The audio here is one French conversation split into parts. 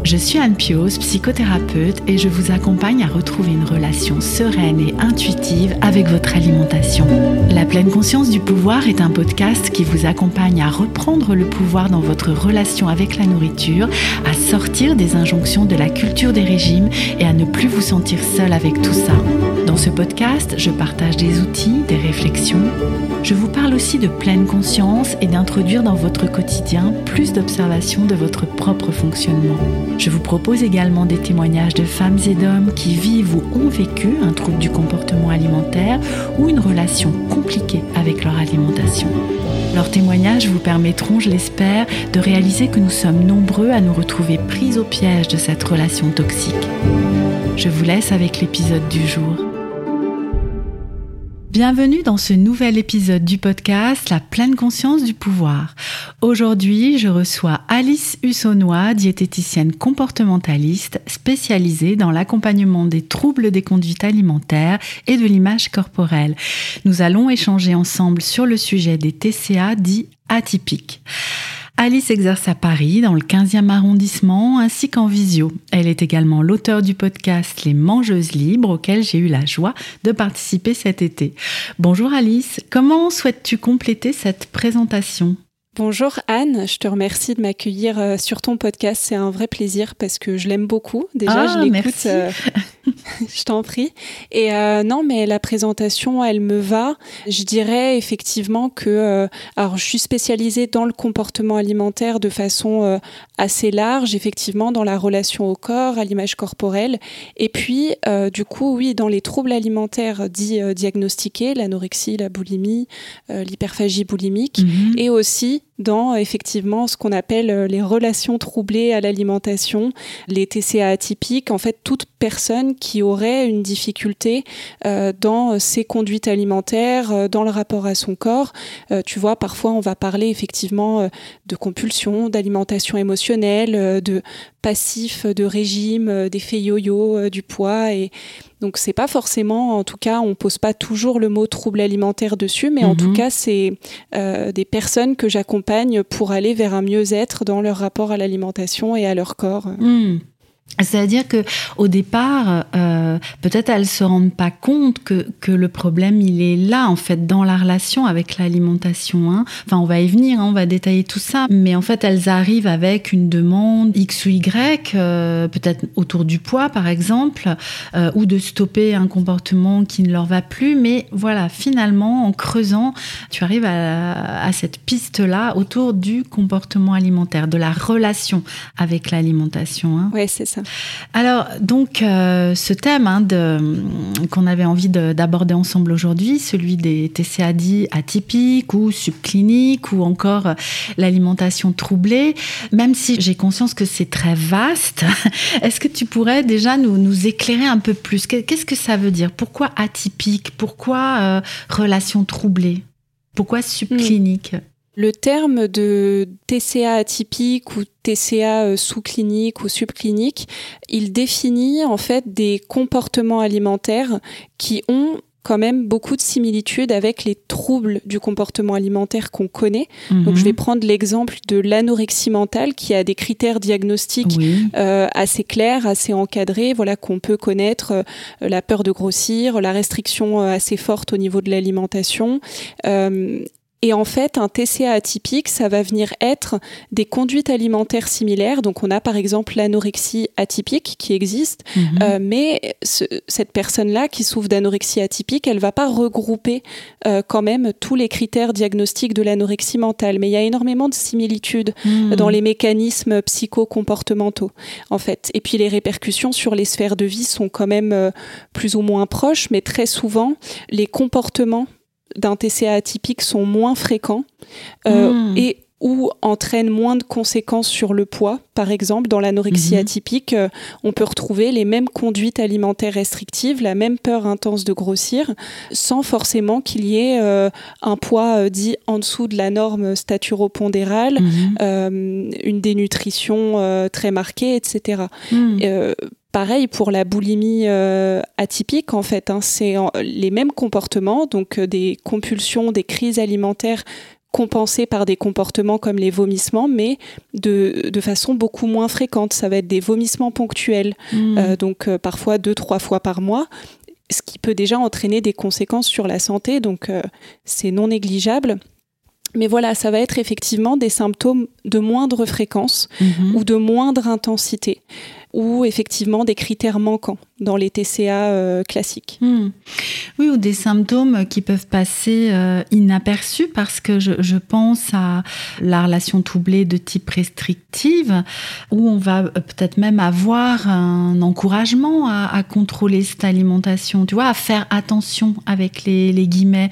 Je suis Anne Pioz, psychothérapeute, et je vous accompagne à retrouver une relation sereine et intuitive avec votre alimentation. La pleine conscience du pouvoir est un podcast qui vous accompagne à reprendre le pouvoir dans votre relation avec la nourriture, à sortir des injonctions de la culture des régimes et à ne plus vous sentir seul avec tout ça. Dans ce podcast, je partage des outils, des réflexions. Je vous parle aussi de pleine conscience et d'introduire dans votre quotidien plus d'observation de votre propre fonctionnement. Je vous propose également des témoignages de femmes et d'hommes qui vivent ou ont vécu un trouble du comportement alimentaire ou une relation compliquée avec leur alimentation. Leurs témoignages vous permettront, je l'espère, de réaliser que nous sommes nombreux à nous retrouver pris au piège de cette relation toxique. Je vous laisse avec l'épisode du jour. Bienvenue dans ce nouvel épisode du podcast La pleine conscience du pouvoir. Aujourd'hui, je reçois Alice Hussonnois, diététicienne comportementaliste spécialisée dans l'accompagnement des troubles des conduites alimentaires et de l'image corporelle. Nous allons échanger ensemble sur le sujet des TCA dits atypiques. Alice exerce à Paris, dans le 15e arrondissement, ainsi qu'en visio. Elle est également l'auteure du podcast Les Mangeuses Libres, auquel j'ai eu la joie de participer cet été. Bonjour Alice, comment souhaites-tu compléter cette présentation ? Bonjour Anne, je te remercie de m'accueillir sur ton podcast, c'est un vrai plaisir parce que je l'aime beaucoup. Déjà, je l'écoute, je t'en prie. Et non, mais la présentation, elle me va. Je dirais effectivement que, alors je suis spécialisée dans le comportement alimentaire de façon assez large, effectivement dans la relation au corps, à l'image corporelle. Et puis, du coup, oui, dans les troubles alimentaires dits diagnostiqués, l'anorexie, la boulimie, l'hyperphagie boulimique, et aussi dans effectivement ce qu'on appelle les relations troublées à l'alimentation, les TCA atypiques, en fait toute personne qui aurait une difficulté dans ses conduites alimentaires, dans le rapport à son corps. Tu vois, parfois on va parler effectivement de compulsion, d'alimentation émotionnelle, de passif, de régime, d'effet yo-yo, du poids. Et donc c'est pas forcément, en tout cas on pose pas toujours le mot trouble alimentaire dessus, mais en tout cas c'est des personnes que j'accompagne pour aller vers un mieux-être dans leur rapport à l'alimentation et à leur corps. C'est-à-dire que au départ, peut-être elles se rendent pas compte que le problème il est là en fait dans la relation avec l'alimentation. Hein. Enfin, on va y venir, on va détailler tout ça, mais en fait elles arrivent avec une demande X ou Y, peut-être autour du poids par exemple, ou de stopper un comportement qui ne leur va plus. Mais voilà, finalement en creusant, tu arrives à cette piste-là autour du comportement alimentaire, de la relation avec l'alimentation. Hein. Ouais, c'est ça. Alors, donc, ce thème qu'on avait envie d'aborder ensemble aujourd'hui, celui des TCA dits atypiques ou subcliniques ou encore l'alimentation troublée, même si j'ai conscience que c'est très vaste, est-ce que tu pourrais déjà nous éclairer un peu plus ? Qu'est-ce que ça veut dire ? Pourquoi atypique ? Pourquoi relation troublée ? Pourquoi subclinique ? Le terme de TCA atypique ou TCA sous-clinique ou subclinique, il définit en fait des comportements alimentaires qui ont quand même beaucoup de similitudes avec les troubles du comportement alimentaire qu'on connaît. Donc, je vais prendre l'exemple de l'anorexie mentale qui a des critères diagnostiques assez clairs, assez encadrés, voilà, qu'on peut connaître, la peur de grossir, la restriction assez forte au niveau de l'alimentation. Et en fait, un TCA atypique, ça va venir être des conduites alimentaires similaires. Donc, on a par exemple l'anorexie atypique qui existe, mais cette personne-là qui souffre d'anorexie atypique, elle va pas regrouper quand même tous les critères diagnostiques de l'anorexie mentale. Mais il y a énormément de similitudes dans les mécanismes psycho-comportementaux, en fait. Et puis, les répercussions sur les sphères de vie sont quand même plus ou moins proches, mais très souvent, les comportements d'un TCA atypique sont moins fréquents et ou entraînent moins de conséquences sur le poids. Par exemple, dans l'anorexie atypique, on peut retrouver les mêmes conduites alimentaires restrictives, la même peur intense de grossir, sans forcément qu'il y ait un poids dit en dessous de la norme staturo-pondérale, une dénutrition très marquée, etc. Pareil pour la boulimie atypique, en fait, hein, c'est les mêmes comportements, donc des compulsions, des crises alimentaires compensé par des comportements comme les vomissements, mais de façon beaucoup moins fréquente. Ça va être des vomissements ponctuels, donc parfois 2-3 fois par mois, ce qui peut déjà entraîner des conséquences sur la santé, donc c'est non négligeable. Mais voilà, ça va être effectivement des symptômes de moindre fréquence ou de moindre intensité, ou effectivement des critères manquants dans les TCA classiques. Oui, ou des symptômes qui peuvent passer inaperçus, parce que je pense à la relation troublée de type restrictive, où on va peut-être même avoir un encouragement à contrôler cette alimentation, tu vois, à faire attention avec les guillemets,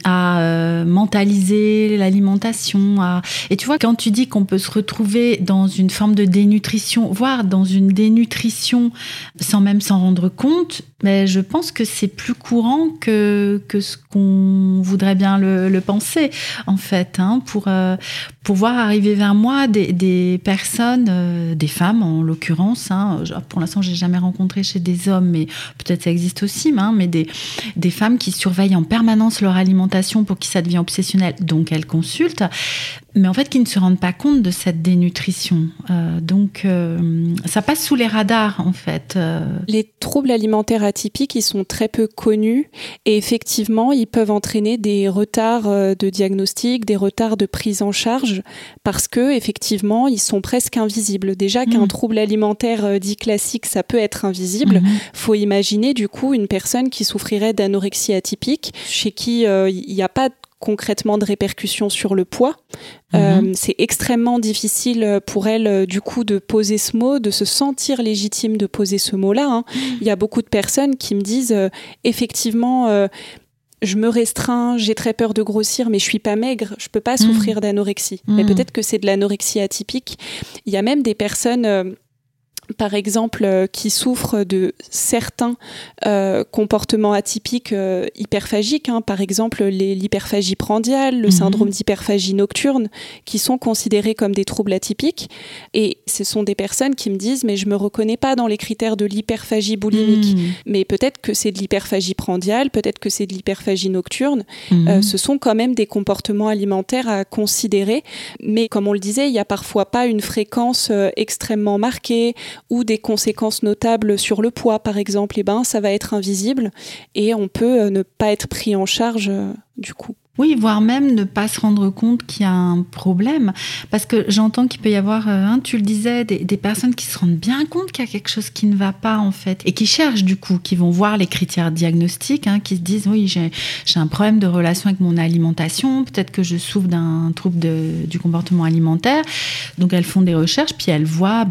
à mentaliser l'alimentation. Et tu vois, quand tu dis qu'on peut se retrouver dans une forme de dénutrition, voire dans une dénutrition sans même s'en rendre compte, mais je pense que c'est plus courant que ce qu'on voudrait bien le penser, en fait, pour voir arriver vers moi des personnes, des femmes en l'occurrence, pour l'instant j'ai jamais rencontré chez des hommes, mais peut-être ça existe aussi, mais des femmes qui surveillent en permanence leur alimentation pour qui ça devient obsessionnel, donc elles consultent, mais en fait qui ne se rendent pas compte de cette dénutrition. Donc ça passe sous les radars, en fait. Les troubles alimentaires atypiques, ils sont très peu connus et effectivement, ils peuvent entraîner des retards de diagnostic, des retards de prise en charge, parce que effectivement, ils sont presque invisibles. Déjà qu'un trouble alimentaire dit classique, ça peut être invisible. Faut imaginer du coup une personne qui souffrirait d'anorexie atypique, chez qui il n'y a pas concrètement de répercussions sur le poids. C'est extrêmement difficile pour elle du coup de poser ce mot, de se sentir légitime de poser ce mot-là. Il y a beaucoup de personnes qui me disent effectivement je me restreins, j'ai très peur de grossir, mais je suis pas maigre, je peux pas souffrir d'anorexie. Mais peut-être que c'est de l'anorexie atypique. Il y a même des personnes par exemple, qui souffrent de certains comportements atypiques hyperphagiques, par exemple l'hyperphagie prandiale, le syndrome d'hyperphagie nocturne, qui sont considérés comme des troubles atypiques. Et ce sont des personnes qui me disent « mais je me reconnais pas dans les critères de l'hyperphagie boulimique ». Mais peut-être que c'est de l'hyperphagie prandiale, peut-être que c'est de l'hyperphagie nocturne. Ce sont quand même des comportements alimentaires à considérer. Mais comme on le disait, il n'y a parfois pas une fréquence extrêmement marquée, ou des conséquences notables sur le poids, par exemple, ça va être invisible et on peut ne pas être pris en charge du coup. Oui, voire même ne pas se rendre compte qu'il y a un problème. Parce que j'entends qu'il peut y avoir, tu le disais, des personnes qui se rendent bien compte qu'il y a quelque chose qui ne va pas, en fait. Et qui cherchent, du coup, qui vont voir les critères diagnostiques, qui se disent, oui, j'ai un problème de relation avec mon alimentation, peut-être que je souffre d'un trouble du comportement alimentaire. Donc, elles font des recherches, puis elles voient,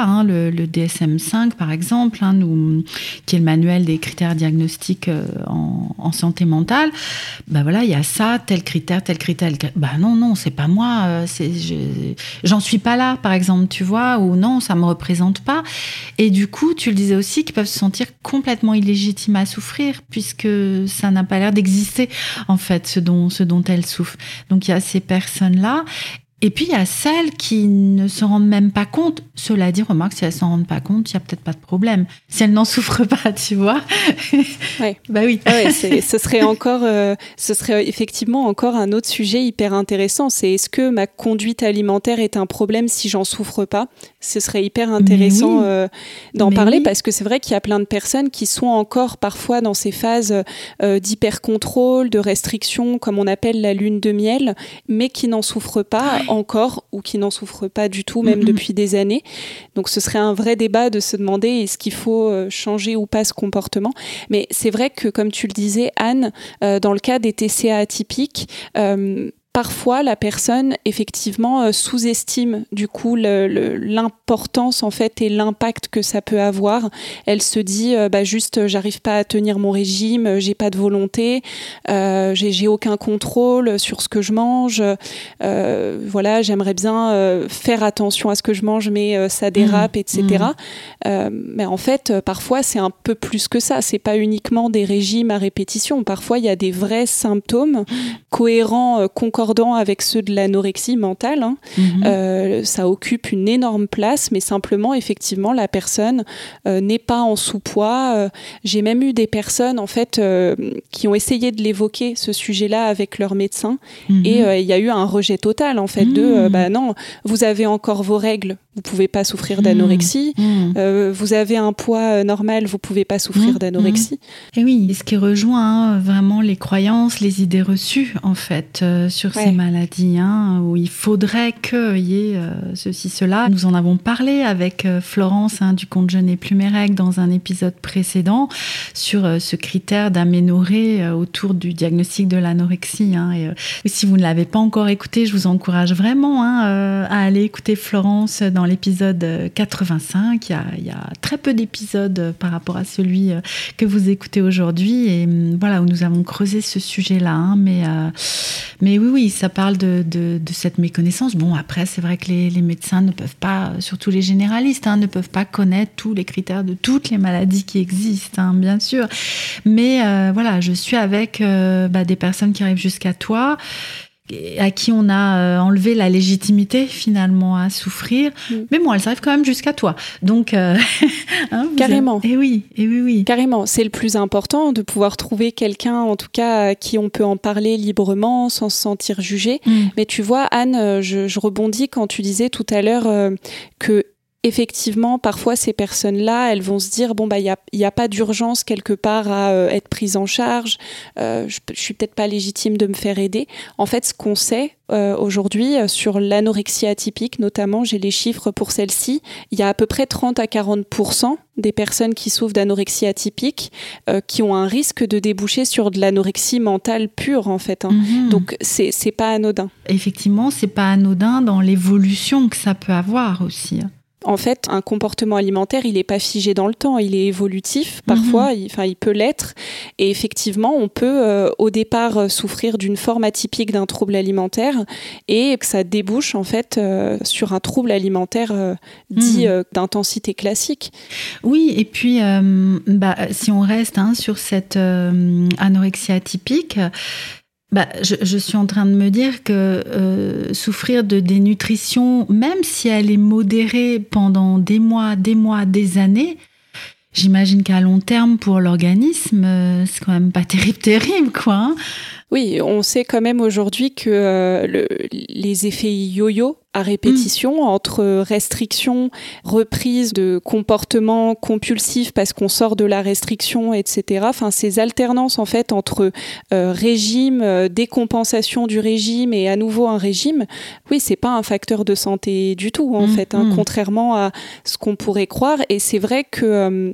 le DSM-5, par exemple, qui est le manuel des critères diagnostiques en santé mentale. Il y a ça, tel critère. Non, c'est pas moi, j'en suis pas là, par exemple, tu vois, ou non, ça me représente pas. Et du coup, tu le disais aussi, qu'ils peuvent se sentir complètement illégitimes à souffrir, puisque ça n'a pas l'air d'exister, en fait, ce dont elles souffrent. Donc, il y a ces personnes-là. Et puis, il y a celles qui ne se rendent même pas compte. Cela dit, remarque, si elles ne s'en rendent pas compte, il n'y a peut-être pas de problème. Si elles n'en souffrent pas, tu vois. Ouais. Oui. Ce serait effectivement encore un autre sujet hyper intéressant. C'est est-ce que ma conduite alimentaire est un problème si j'en souffre pas ? Ce serait hyper intéressant d'en parler parce que c'est vrai qu'il y a plein de personnes qui sont encore parfois dans ces phases d'hyper-contrôle, de restriction, comme on appelle la lune de miel, mais qui n'en souffrent pas encore ou qui n'en souffrent pas du tout, même depuis des années. Donc ce serait un vrai débat de se demander est-ce qu'il faut changer ou pas ce comportement. Mais c'est vrai que, comme tu le disais, Anne, dans le cas des TCA atypiques, parfois, la personne, effectivement, sous-estime du coup l'importance en fait et l'impact que ça peut avoir. Elle se dit, juste, j'arrive pas à tenir mon régime, j'ai pas de volonté, j'ai aucun contrôle sur ce que je mange. J'aimerais bien faire attention à ce que je mange, mais ça dérape, etc. Mais en fait, parfois, c'est un peu plus que ça. C'est pas uniquement des régimes à répétition. Parfois, il y a des vrais symptômes cohérents, concordants concordants avec ceux de l'anorexie mentale. Ça occupe une énorme place, mais simplement, effectivement, la personne n'est pas en sous-poids. J'ai même eu des personnes, en fait, qui ont essayé de l'évoquer, ce sujet-là, avec leur médecin. Et il y a eu un rejet total, en fait, non, vous avez encore vos règles, vous pouvez pas souffrir d'anorexie. Vous avez un poids normal, vous pouvez pas souffrir d'anorexie. Et oui, ce qui rejoint vraiment les croyances, les idées reçues, en fait, sur ces maladies, où il faudrait qu'il y ait ceci, cela. Nous en avons parlé avec Florence du compte Je n'ai plus mes règles dans un épisode précédent sur ce critère d'aménorrhée autour du diagnostic de l'anorexie. Et si vous ne l'avez pas encore écouté, je vous encourage vraiment à aller écouter Florence dans l'épisode 85. Il y a très peu d'épisodes par rapport à celui que vous écoutez aujourd'hui, et voilà, où nous avons creusé ce sujet-là. Mais oui, ça parle de cette méconnaissance. Bon, après, c'est vrai que les médecins ne peuvent pas, surtout les généralistes, ne peuvent pas connaître tous les critères de toutes les maladies qui existent, bien sûr. Mais voilà, je suis avec des personnes qui arrivent jusqu'à toi, à qui on a enlevé la légitimité finalement à souffrir. Mais bon, elles arrivent quand même jusqu'à toi. Donc, carrément. Et oui. Carrément. C'est le plus important, de pouvoir trouver quelqu'un, en tout cas, à qui on peut en parler librement, sans se sentir jugé. Mais tu vois, Anne, je rebondis quand tu disais tout à l'heure que effectivement, parfois, ces personnes-là, elles vont se dire, il y a pas d'urgence quelque part à être prise en charge. Je suis peut-être pas légitime de me faire aider. En fait, ce qu'on sait aujourd'hui sur l'anorexie atypique, notamment, j'ai les chiffres pour celle-ci, il y a à peu près 30 à 40% des personnes qui souffrent d'anorexie atypique qui ont un risque de déboucher sur de l'anorexie mentale pure, en fait. Donc, c'est pas anodin. Effectivement, c'est pas anodin dans l'évolution que ça peut avoir aussi. En fait, un comportement alimentaire, il n'est pas figé dans le temps, il est évolutif parfois, il peut l'être. Et effectivement, on peut au départ souffrir d'une forme atypique d'un trouble alimentaire et que ça débouche en fait sur un trouble alimentaire dit d'intensité classique. Oui, et puis si on reste sur cette anorexie atypique, je suis en train de me dire que souffrir de dénutrition, même si elle est modérée pendant des mois, des années, j'imagine qu'à long terme, pour l'organisme, c'est quand même pas terrible, quoi. Oui, on sait quand même aujourd'hui que les effets yo-yo à répétition entre restriction, reprise de comportements compulsifs parce qu'on sort de la restriction, etc. Enfin, ces alternances en fait entre régime, décompensation du régime et à nouveau un régime, oui, c'est pas un facteur de santé du tout en fait, contrairement à ce qu'on pourrait croire. Et c'est vrai que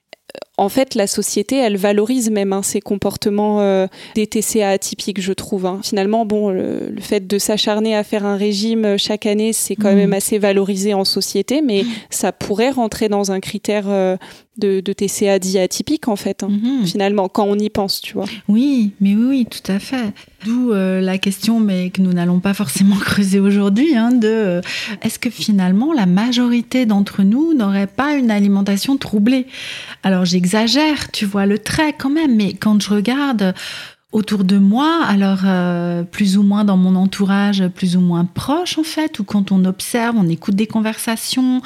en fait, la société, elle valorise même ces comportements des TCA atypiques, je trouve. Finalement, le fait de s'acharner à faire un régime chaque année, c'est quand même assez valorisé en société, mais ça pourrait rentrer dans un critère de TCA dit atypique, en fait, finalement, quand on y pense, tu vois. Oui, mais oui, tout à fait. D'où la question, mais que nous n'allons pas forcément creuser aujourd'hui, de est-ce que finalement, la majorité d'entre nous n'aurait pas une alimentation troublée ? Alors, j'exagère, tu vois le trait quand même, mais quand je regarde autour de moi, alors plus ou moins dans mon entourage, plus ou moins proche en fait, ou quand on observe, on écoute des conversations,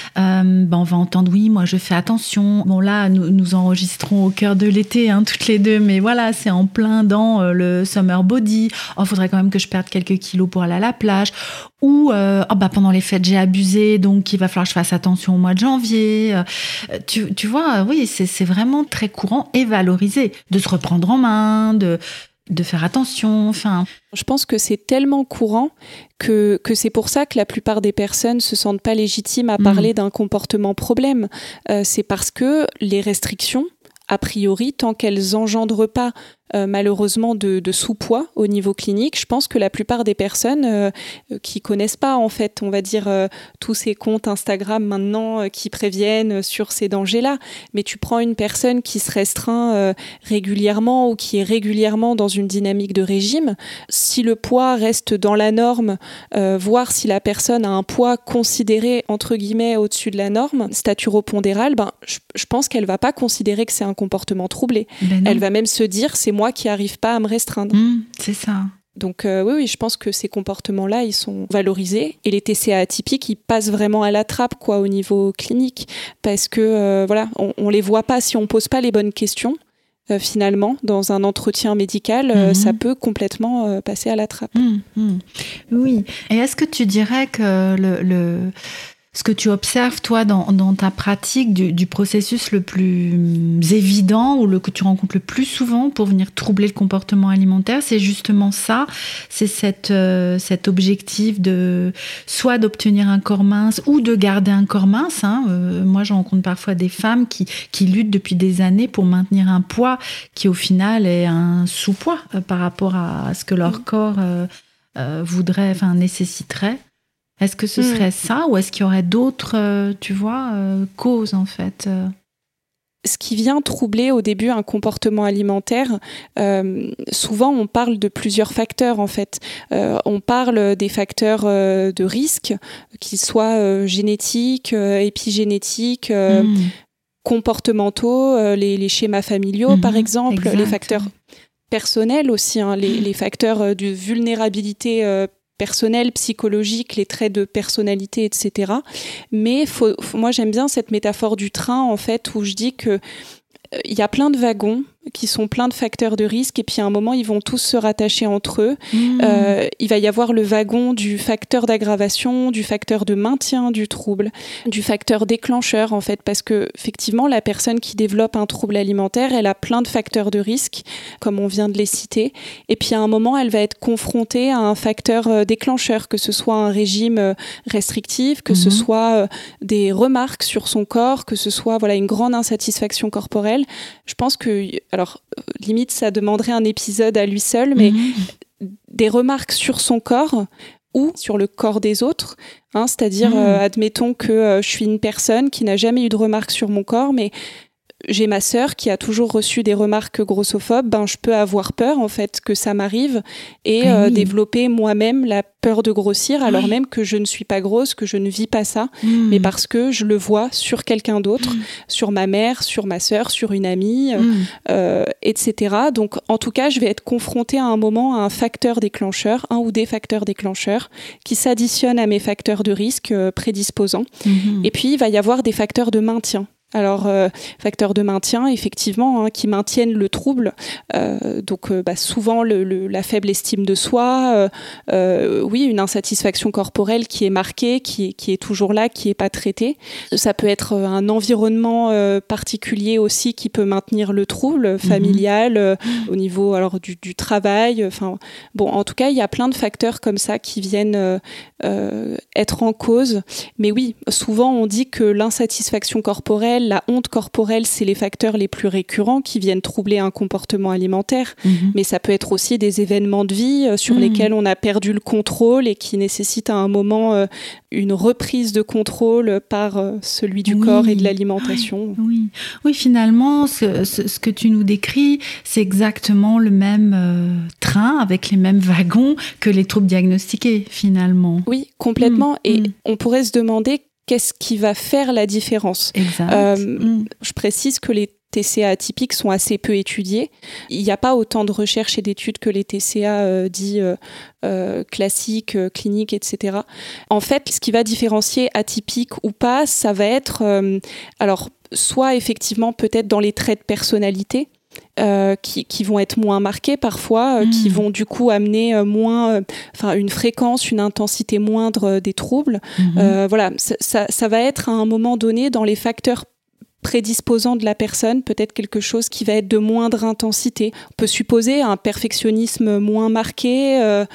on va entendre oui, moi je fais attention. Bon là, nous enregistrons au cœur de l'été, toutes les deux, mais voilà, c'est en plein dans le summer body. Oh, faudrait quand même que je perde quelques kilos pour aller à la plage. Ou pendant les fêtes j'ai abusé, donc il va falloir que je fasse attention au mois de janvier. Tu vois, oui, c'est vraiment très courant et valorisé de se reprendre en main, de faire attention. Enfin, je pense que c'est tellement courant que c'est pour ça que la plupart des personnes se sentent pas légitimes à parler d'un comportement problème. C'est parce que les restrictions, a priori, tant qu'elles engendrent pas malheureusement de sous-poids au niveau clinique, je pense que la plupart des personnes qui connaissent pas en fait, on va dire tous ces comptes Instagram maintenant qui préviennent sur ces dangers-là, mais tu prends une personne qui se restreint régulièrement ou qui est régulièrement dans une dynamique de régime, si le poids reste dans la norme, voire si la personne a un poids considéré entre guillemets au-dessus de la norme, staturo-pondéral, je pense qu'elle va pas considérer que c'est un comportement troublé. Elle va même se dire c'est moi qui n'arrive pas à me restreindre. C'est ça. Donc oui, je pense que ces comportements-là, ils sont valorisés. Et les TCA atypiques, ils passent vraiment à la trappe, quoi, au niveau clinique. Parce que, on les voit pas si on pose pas les bonnes questions. Finalement, dans un entretien médical, ça peut complètement passer à la trappe. Oui. Et est-ce que tu dirais que ce que tu observes, toi, dans ta pratique du processus le plus évident ou que tu rencontres le plus souvent pour venir troubler le comportement alimentaire, c'est justement ça, c'est cet objectif de soit d'obtenir un corps mince ou de garder un corps mince. Moi, je rencontre parfois des femmes qui luttent depuis des années pour maintenir un poids qui, au final, est un sous-poids par rapport à ce que leur corps voudrait, nécessiterait. Est-ce que ce serait ça ou est-ce qu'il y aurait d'autres, causes en fait Ce qui vient troubler au début un comportement alimentaire, souvent on parle de plusieurs facteurs en fait. On parle des facteurs de risque, qu'ils soient génétiques, épigénétiques, comportementaux, les schémas familiaux par exemple, les facteurs personnels aussi, les facteurs de vulnérabilité personnel, psychologique, les traits de personnalité, etc. Mais moi, j'aime bien cette métaphore du train, en fait, où je dis que il y a plein de wagons qui sont plein de facteurs de risque et puis à un moment ils vont tous se rattacher entre eux. Il va y avoir le wagon du facteur d'aggravation, du facteur de maintien du trouble, du facteur déclencheur en fait, parce que effectivement la personne qui développe un trouble alimentaire, elle a plein de facteurs de risque comme on vient de les citer, et puis à un moment elle va être confrontée à un facteur déclencheur, que ce soit un régime restrictif, que ce soit des remarques sur son corps, que ce soit une grande insatisfaction corporelle. Je pense que limite, ça demanderait un épisode à lui seul, mais des remarques sur son corps ou sur le corps des autres, c'est-à-dire, admettons que je suis une personne qui n'a jamais eu de remarques sur mon corps, mais j'ai ma sœur qui a toujours reçu des remarques grossophobes, je peux avoir peur en fait que ça m'arrive et développer moi-même la peur de grossir alors même que je ne suis pas grosse, que je ne vis pas ça, mais parce que je le vois sur quelqu'un d'autre, sur ma mère, sur ma sœur, sur une amie, etc. Donc en tout cas, je vais être confrontée à un moment à un facteur déclencheur, un ou des facteurs déclencheurs qui s'additionnent à mes facteurs de risque prédisposants. Et puis, il va y avoir des facteurs de maintien. Alors, facteurs de maintien, effectivement, qui maintiennent le trouble. Donc, souvent, la faible estime de soi, une insatisfaction corporelle qui est marquée, qui est toujours là, qui n'est pas traitée. Ça peut être un environnement particulier aussi qui peut maintenir le trouble familial, au niveau du travail. En tout cas, il y a plein de facteurs comme ça qui viennent être en cause. Mais oui, souvent, on dit que l'insatisfaction corporelle, la honte corporelle, c'est les facteurs les plus récurrents qui viennent troubler un comportement alimentaire. Mais ça peut être aussi des événements de vie sur lesquels on a perdu le contrôle et qui nécessitent à un moment une reprise de contrôle par celui du corps et de l'alimentation. Oui, finalement, ce que tu nous décris, c'est exactement le même train avec les mêmes wagons que les troubles diagnostiqués, finalement. Oui, complètement. Et on pourrait se demander qu'est-ce qui va faire la différence ? Exact. Je précise que les TCA atypiques sont assez peu étudiés. Il n'y a pas autant de recherches et d'études que les TCA dits classiques, cliniques, etc. En fait, ce qui va différencier atypique ou pas, ça va être soit effectivement peut-être dans les traits de personnalité, qui vont être moins marqués parfois, qui vont du coup amener une fréquence, une intensité moindre des troubles. Ça va être à un moment donné dans les facteurs prédisposants de la personne, peut-être quelque chose qui va être de moindre intensité. On peut supposer un perfectionnisme moins marqué,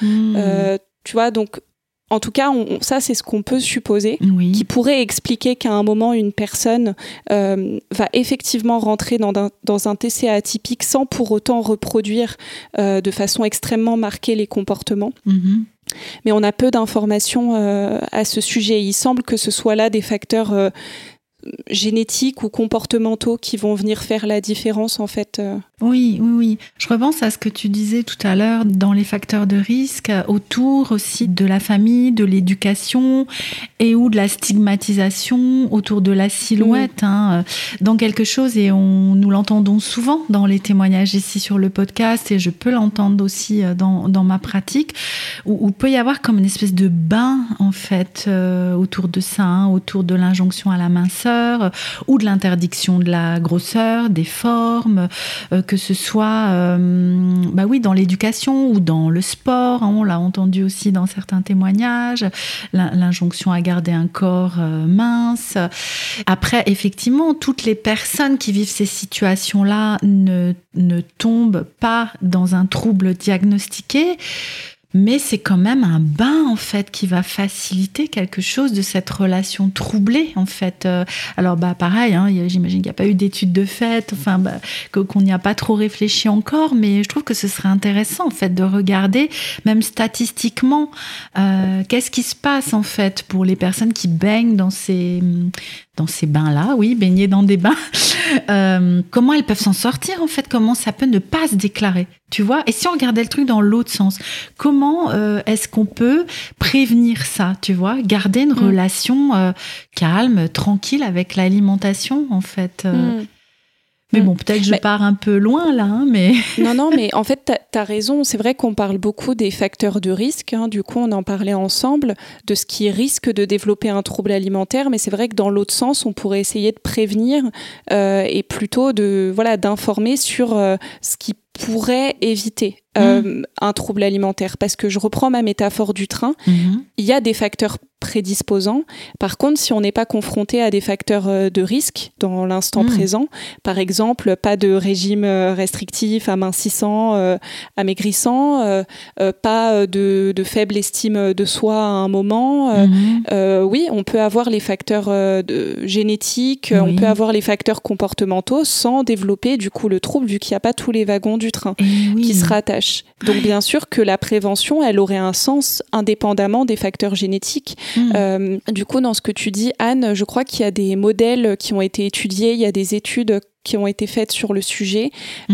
donc en tout cas, ça, c'est ce qu'on peut supposer, qui pourrait expliquer qu'à un moment, une personne va effectivement rentrer dans un TCA atypique sans pour autant reproduire de façon extrêmement marquée les comportements. Mais on a peu d'informations à ce sujet. Il semble que ce soit là des facteurs génétiques ou comportementaux qui vont venir faire la différence, en fait. Oui. Je repense à ce que tu disais tout à l'heure dans les facteurs de risque, autour aussi de la famille, de l'éducation et ou de la stigmatisation autour de la silhouette, dans quelque chose, et nous l'entendons souvent dans les témoignages ici sur le podcast, et je peux l'entendre aussi dans ma pratique, où peut y avoir comme une espèce de bain en fait autour de ça, autour de l'injonction à la minceur ou de l'interdiction de la grosseur, des formes, que ce soit dans l'éducation ou dans le sport, on l'a entendu aussi dans certains témoignages, l'injonction à garder un corps mince. Après, effectivement, toutes les personnes qui vivent ces situations-là ne tombent pas dans un trouble diagnostiqué, mais c'est quand même un bain en fait qui va faciliter quelque chose de cette relation troublée en fait. Alors pareil, j'imagine qu'il n'y a pas eu d'études de fait, qu'on n'y a pas trop réfléchi encore, mais je trouve que ce serait intéressant en fait de regarder même statistiquement qu'est-ce qui se passe en fait pour les personnes qui baignent dans ces bains-là, baigner dans des bains, comment elles peuvent s'en sortir en fait, comment ça peut ne pas se déclarer, tu vois. Et si on regardait le truc dans l'autre sens, comment est-ce qu'on peut prévenir ça, tu vois, garder une relation calme, tranquille avec l'alimentation en fait. Mais bon, peut-être que je pars un peu loin là, mais... Non, mais en fait, t'as raison. C'est vrai qu'on parle beaucoup des facteurs de risque. Du coup, on en parlait ensemble de ce qui risque de développer un trouble alimentaire. Mais c'est vrai que dans l'autre sens, on pourrait essayer de prévenir et plutôt d'informer sur ce qui pourrait éviter un trouble alimentaire. Parce que je reprends ma métaphore du train. Il y a des facteurs prédisposants. Par contre, si on n'est pas confronté à des facteurs de risque dans l'instant présent, par exemple, pas de régime restrictif, amincissant, amaigrissant, pas de faible estime de soi à un moment, on peut avoir les facteurs génétiques, on peut avoir les facteurs comportementaux sans développer du coup le trouble, vu qu'il n'y a pas tous les wagons du train qui se rattachent. Donc bien sûr que la prévention, elle aurait un sens indépendamment des facteurs génétiques. Du coup, dans ce que tu dis, Anne, je crois qu'il y a des modèles qui ont été étudiés, il y a des études qui ont été faites sur le sujet.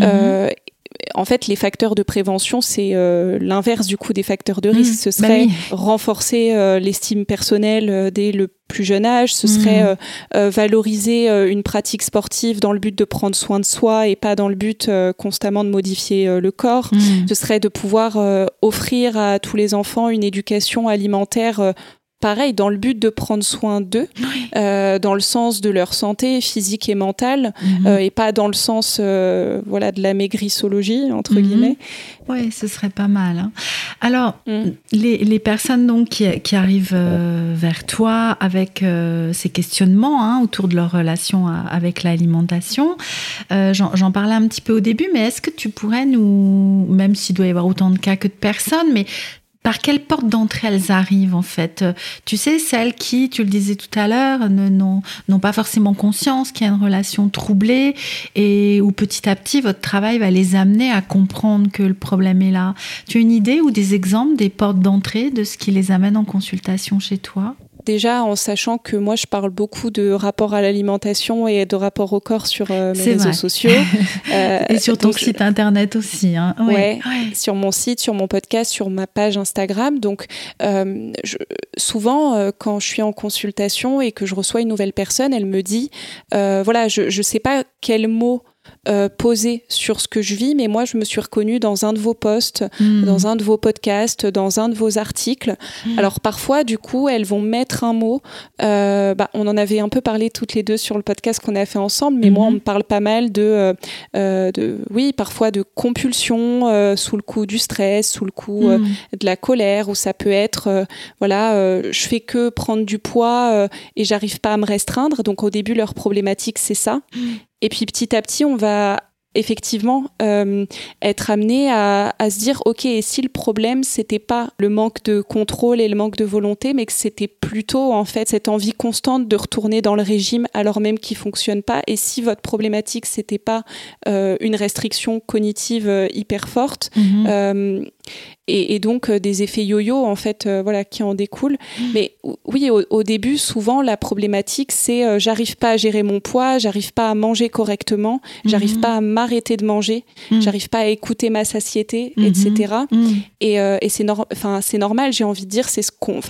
En fait, les facteurs de prévention, c'est l'inverse du coup des facteurs de risque. Ce serait renforcer l'estime personnelle dès le plus jeune âge, ce serait valoriser une pratique sportive dans le but de prendre soin de soi et pas dans le but constamment de modifier le corps. Ce serait de pouvoir offrir à tous les enfants une éducation alimentaire pareil, dans le but de prendre soin d'eux, dans le sens de leur santé physique et mentale, et pas dans le sens de la maigrissologie, entre guillemets. Oui, ce serait pas mal. Alors, les personnes donc, qui arrivent vers toi avec ces questionnements autour de leur relation avec l'alimentation, j'en parlais un petit peu au début, mais est-ce que tu pourrais nous, même s'il doit y avoir autant de cas que de personnes, mais par quelle porte d'entrée elles arrivent en fait? Tu sais, celles qui, tu le disais tout à l'heure, n'ont pas forcément conscience qu'il y a une relation troublée et où petit à petit votre travail va les amener à comprendre que le problème est là. Tu as une idée ou des exemples des portes d'entrée de ce qui les amène en consultation chez toi? Déjà, en sachant que moi, je parle beaucoup de rapport à l'alimentation et de rapport au corps sur mes réseaux sociaux. Et sur ton site internet aussi. Ouais, sur mon site, sur mon podcast, sur ma page Instagram. Donc, souvent, quand je suis en consultation et que je reçois une nouvelle personne, elle me dit, je ne sais pas quel mot poser sur ce que je vis, mais moi je me suis reconnue dans un de vos posts, dans un de vos podcasts, dans un de vos articles. Alors parfois du coup elles vont mettre un mot, on en avait un peu parlé toutes les deux sur le podcast qu'on a fait ensemble, mais moi on me parle pas mal parfois de compulsion sous le coup du stress, sous le coup de la colère, où ça peut être je fais que prendre du poids et j'arrive pas à me restreindre. Donc au début leur problématique c'est ça. Et puis petit à petit, on va effectivement être amené à se dire ok, et si le problème c'était pas le manque de contrôle et le manque de volonté, mais que c'était plutôt en fait cette envie constante de retourner dans le régime alors même qu'il fonctionne pas, et si votre problématique c'était pas une restriction cognitive hyper forte, Et donc des effets yo-yo en fait qui en découlent. Mais oui, au début souvent la problématique c'est j'arrive pas à gérer mon poids, j'arrive pas à manger correctement, j'arrive pas à m'arrêter de manger, j'arrive pas à écouter ma satiété, etc. Et c'est normal, j'ai envie de dire, c'est ce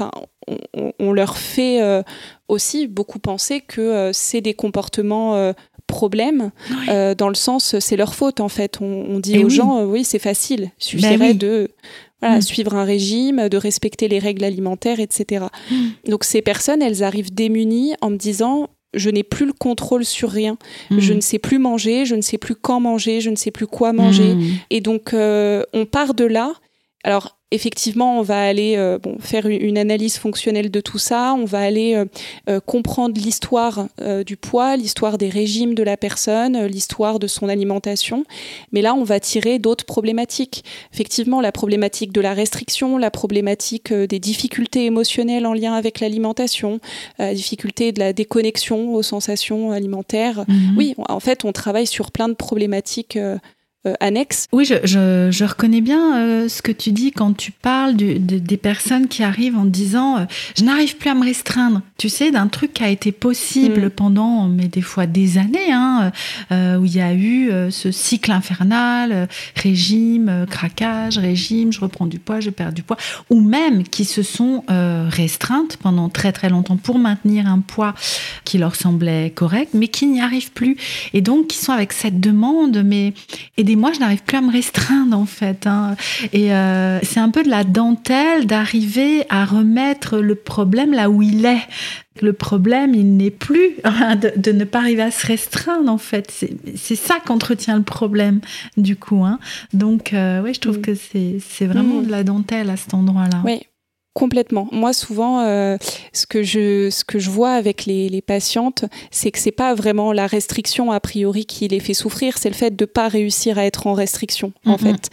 on leur fait aussi beaucoup penser que c'est des comportements problème, dans le sens c'est leur faute en fait. On dit aux gens oui c'est facile, il suffirait de suivre un régime, de respecter les règles alimentaires, etc. Donc ces personnes elles arrivent démunies en me disant je n'ai plus le contrôle sur rien, je ne sais plus manger, je ne sais plus quand manger, je ne sais plus quoi manger, et donc on part de là. Alors effectivement, on va aller faire une analyse fonctionnelle de tout ça, on va aller comprendre l'histoire du poids, l'histoire des régimes de la personne, l'histoire de son alimentation. Mais là, on va tirer d'autres problématiques. Effectivement, la problématique de la restriction, la problématique des difficultés émotionnelles en lien avec l'alimentation, la difficulté de la déconnexion aux sensations alimentaires. Oui, en fait, on travaille sur plein de problématiques annexe. Oui, je reconnais bien ce que tu dis quand tu parles des personnes qui arrivent en disant je n'arrive plus à me restreindre. Tu sais, d'un truc qui a été possible pendant, mais des fois des années, où il y a eu ce cycle infernal, régime, craquage, régime, je reprends du poids, je perds du poids, ou même qui se sont restreintes pendant très très longtemps pour maintenir un poids qui leur semblait correct, mais qui n'y arrivent plus. Et donc, qui sont avec cette demande, mais moi, je n'arrive plus à me restreindre, en fait. Et c'est un peu de la dentelle d'arriver à remettre le problème là où il est. Le problème, il n'est plus de ne pas arriver à se restreindre, en fait. C'est ça qu'entretient le problème, du coup. Donc, oui, je trouve que c'est vraiment de la dentelle à cet endroit-là. Oui. Complètement. Moi, souvent, ce que je vois avec les patientes, c'est que c'est pas vraiment la restriction a priori qui les fait souffrir, c'est le fait de pas réussir à être en restriction, en fait.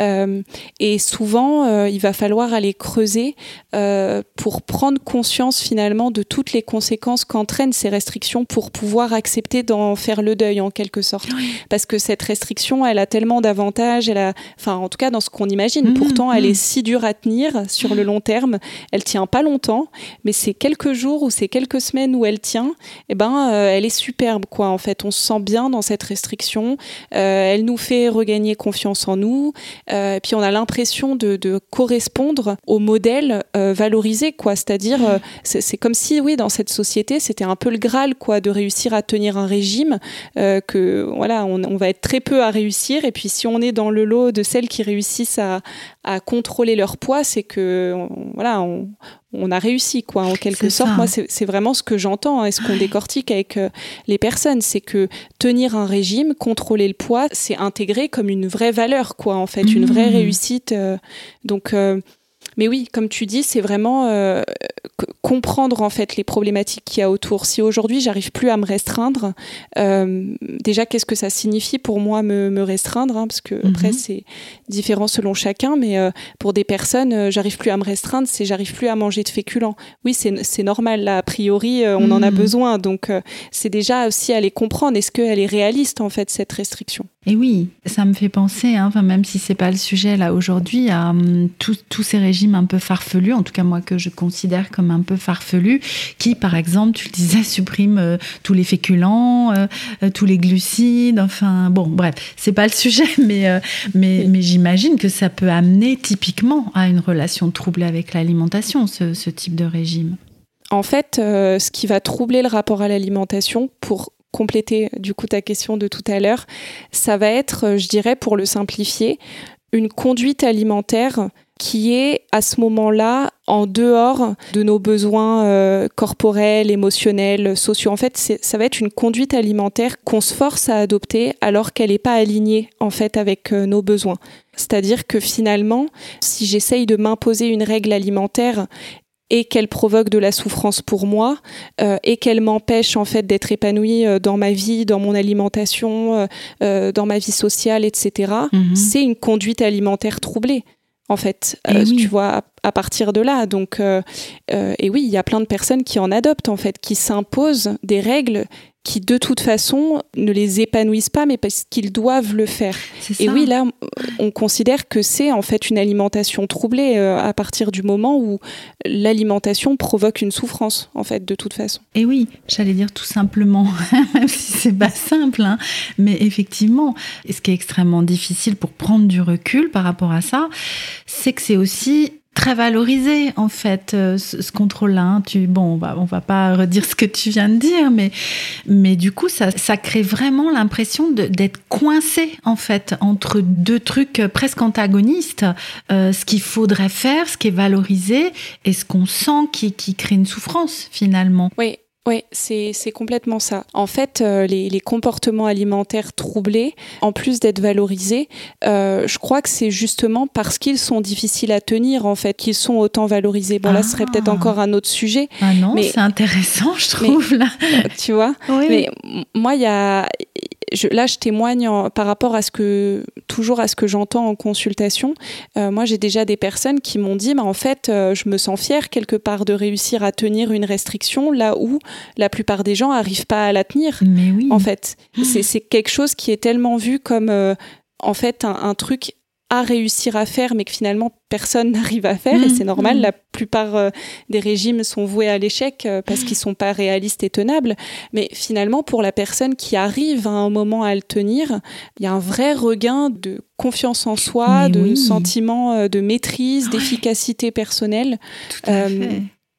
Et souvent, il va falloir aller creuser pour prendre conscience finalement de toutes les conséquences qu'entraînent ces restrictions pour pouvoir accepter d'en faire le deuil en quelque sorte. Parce que cette restriction, elle a tellement d'avantages, en tout cas dans ce qu'on imagine. Pourtant, elle est si dure à tenir sur le long terme. Elle tient pas longtemps, mais ces quelques jours ou ces quelques semaines où elle tient, elle est superbe, quoi. En fait, on se sent bien dans cette restriction. Elle nous fait regagner confiance en nous. Puis on a l'impression de correspondre au modèle valorisé, quoi. C'est-à-dire, c'est comme si, oui, dans cette société, c'était un peu le Graal, quoi, de réussir à tenir un régime. On va être très peu à réussir. Et puis, si on est dans le lot de celles qui réussissent à contrôler leur poids, c'est que on a réussi, quoi, en quelque sorte. Moi, c'est vraiment ce que j'entends et ce qu'on décortique avec les personnes, c'est que tenir un régime, contrôler le poids, c'est intégré comme une vraie valeur, quoi, en fait, une vraie réussite. Mais oui, comme tu dis, c'est vraiment comprendre en fait les problématiques qu'il y a autour. Si aujourd'hui j'arrive plus à me restreindre, déjà qu'est-ce que ça signifie pour moi me restreindre, parce que après c'est différent selon chacun, mais pour des personnes, j'arrive plus à me restreindre, c'est j'arrive plus à manger de féculents. Oui, c'est normal là, a priori on en a besoin, donc c'est déjà aussi aller comprendre, est-ce qu'elle est réaliste en fait cette restriction. Et oui, ça me fait penser, même si c'est pas le sujet là aujourd'hui, à tous ces régimes un peu farfelus, en tout cas moi que je considère comme un peu farfelus, qui par exemple, tu le disais, suppriment tous les féculents, tous les glucides, bref, c'est pas le sujet, mais j'imagine que ça peut amener typiquement à une relation troublée avec l'alimentation, ce type de régime. En fait, ce qui va troubler le rapport à l'alimentation, pour compléter du coup ta question de tout à l'heure, ça va être, je dirais pour le simplifier, une conduite alimentaire qui est à ce moment-là en dehors de nos besoins corporels, émotionnels, sociaux. En fait, ça va être une conduite alimentaire qu'on se force à adopter alors qu'elle n'est pas alignée en fait avec nos besoins. C'est-à-dire que finalement, si j'essaye de m'imposer une règle alimentaire et qu'elle provoque de la souffrance pour moi et qu'elle m'empêche en fait d'être épanouie dans ma vie, dans mon alimentation, dans ma vie sociale, etc. C'est une conduite alimentaire troublée. En fait, tu vois, à partir de là. Donc, et oui, il y a plein de personnes qui en adoptent, en fait, qui s'imposent des règles qui de toute façon ne les épanouissent pas, mais parce qu'ils doivent le faire. Et oui, là, on considère que c'est en fait une alimentation troublée à partir du moment où l'alimentation provoque une souffrance, en fait, de toute façon. Et oui, j'allais dire tout simplement, même si c'est pas simple, hein, mais effectivement, ce qui est extrêmement difficile pour prendre du recul par rapport à ça, c'est que c'est aussi très valorisé en fait ce contrôle-là. On va pas redire ce que tu viens de dire, mais du coup ça crée vraiment l'impression d'être coincé en fait entre deux trucs presque antagonistes. Ce qu'il faudrait faire, ce qui est valorisé, et ce qu'on sent qui crée une souffrance finalement. Oui, c'est complètement ça. En fait, les comportements alimentaires troublés, en plus d'être valorisés, je crois que c'est justement parce qu'ils sont difficiles à tenir, en fait, qu'ils sont autant valorisés. Bon, là, ce serait peut-être encore un autre sujet. Ah non, mais c'est intéressant, je trouve, là. Tu vois ? Oui. Mais moi, je témoigne par rapport à ce que j'entends en consultation. Moi, j'ai déjà des personnes qui m'ont dit, en fait, je me sens fière quelque part de réussir à tenir une restriction là où la plupart des gens n'arrivent pas à la tenir. Mais oui. En fait, c'est quelque chose qui est tellement vu comme en fait un truc à réussir à faire, mais que finalement personne n'arrive à faire, et c'est normal. La plupart des régimes sont voués à l'échec parce qu'ils sont pas réalistes et tenables. Mais finalement, pour la personne qui arrive à un moment à le tenir, il y a un vrai regain de confiance en soi, sentiment de maîtrise, d'efficacité personnelle. Tout à fait.